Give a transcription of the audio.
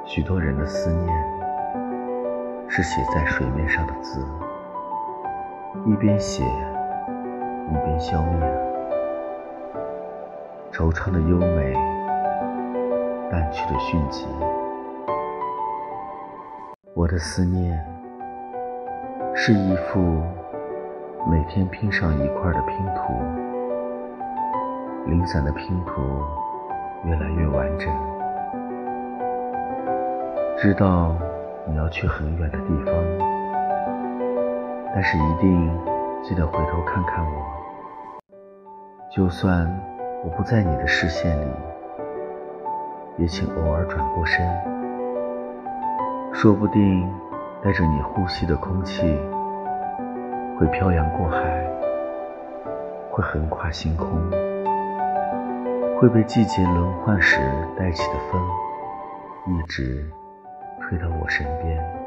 许多人的思念是写在水面上的字，一边写一边消灭，惆怅的优美，淡去的迅疾。我的思念是一幅每天拼上一块的拼图，零散的拼图越来越完整。知道你要去很远的地方，但是一定记得回头看看我。就算我不在你的视线里，也请偶尔转过身，说不定带着你呼吸的空气会漂洋过海，会横跨星空，会被季节轮换时带起的风一直吹到我身边。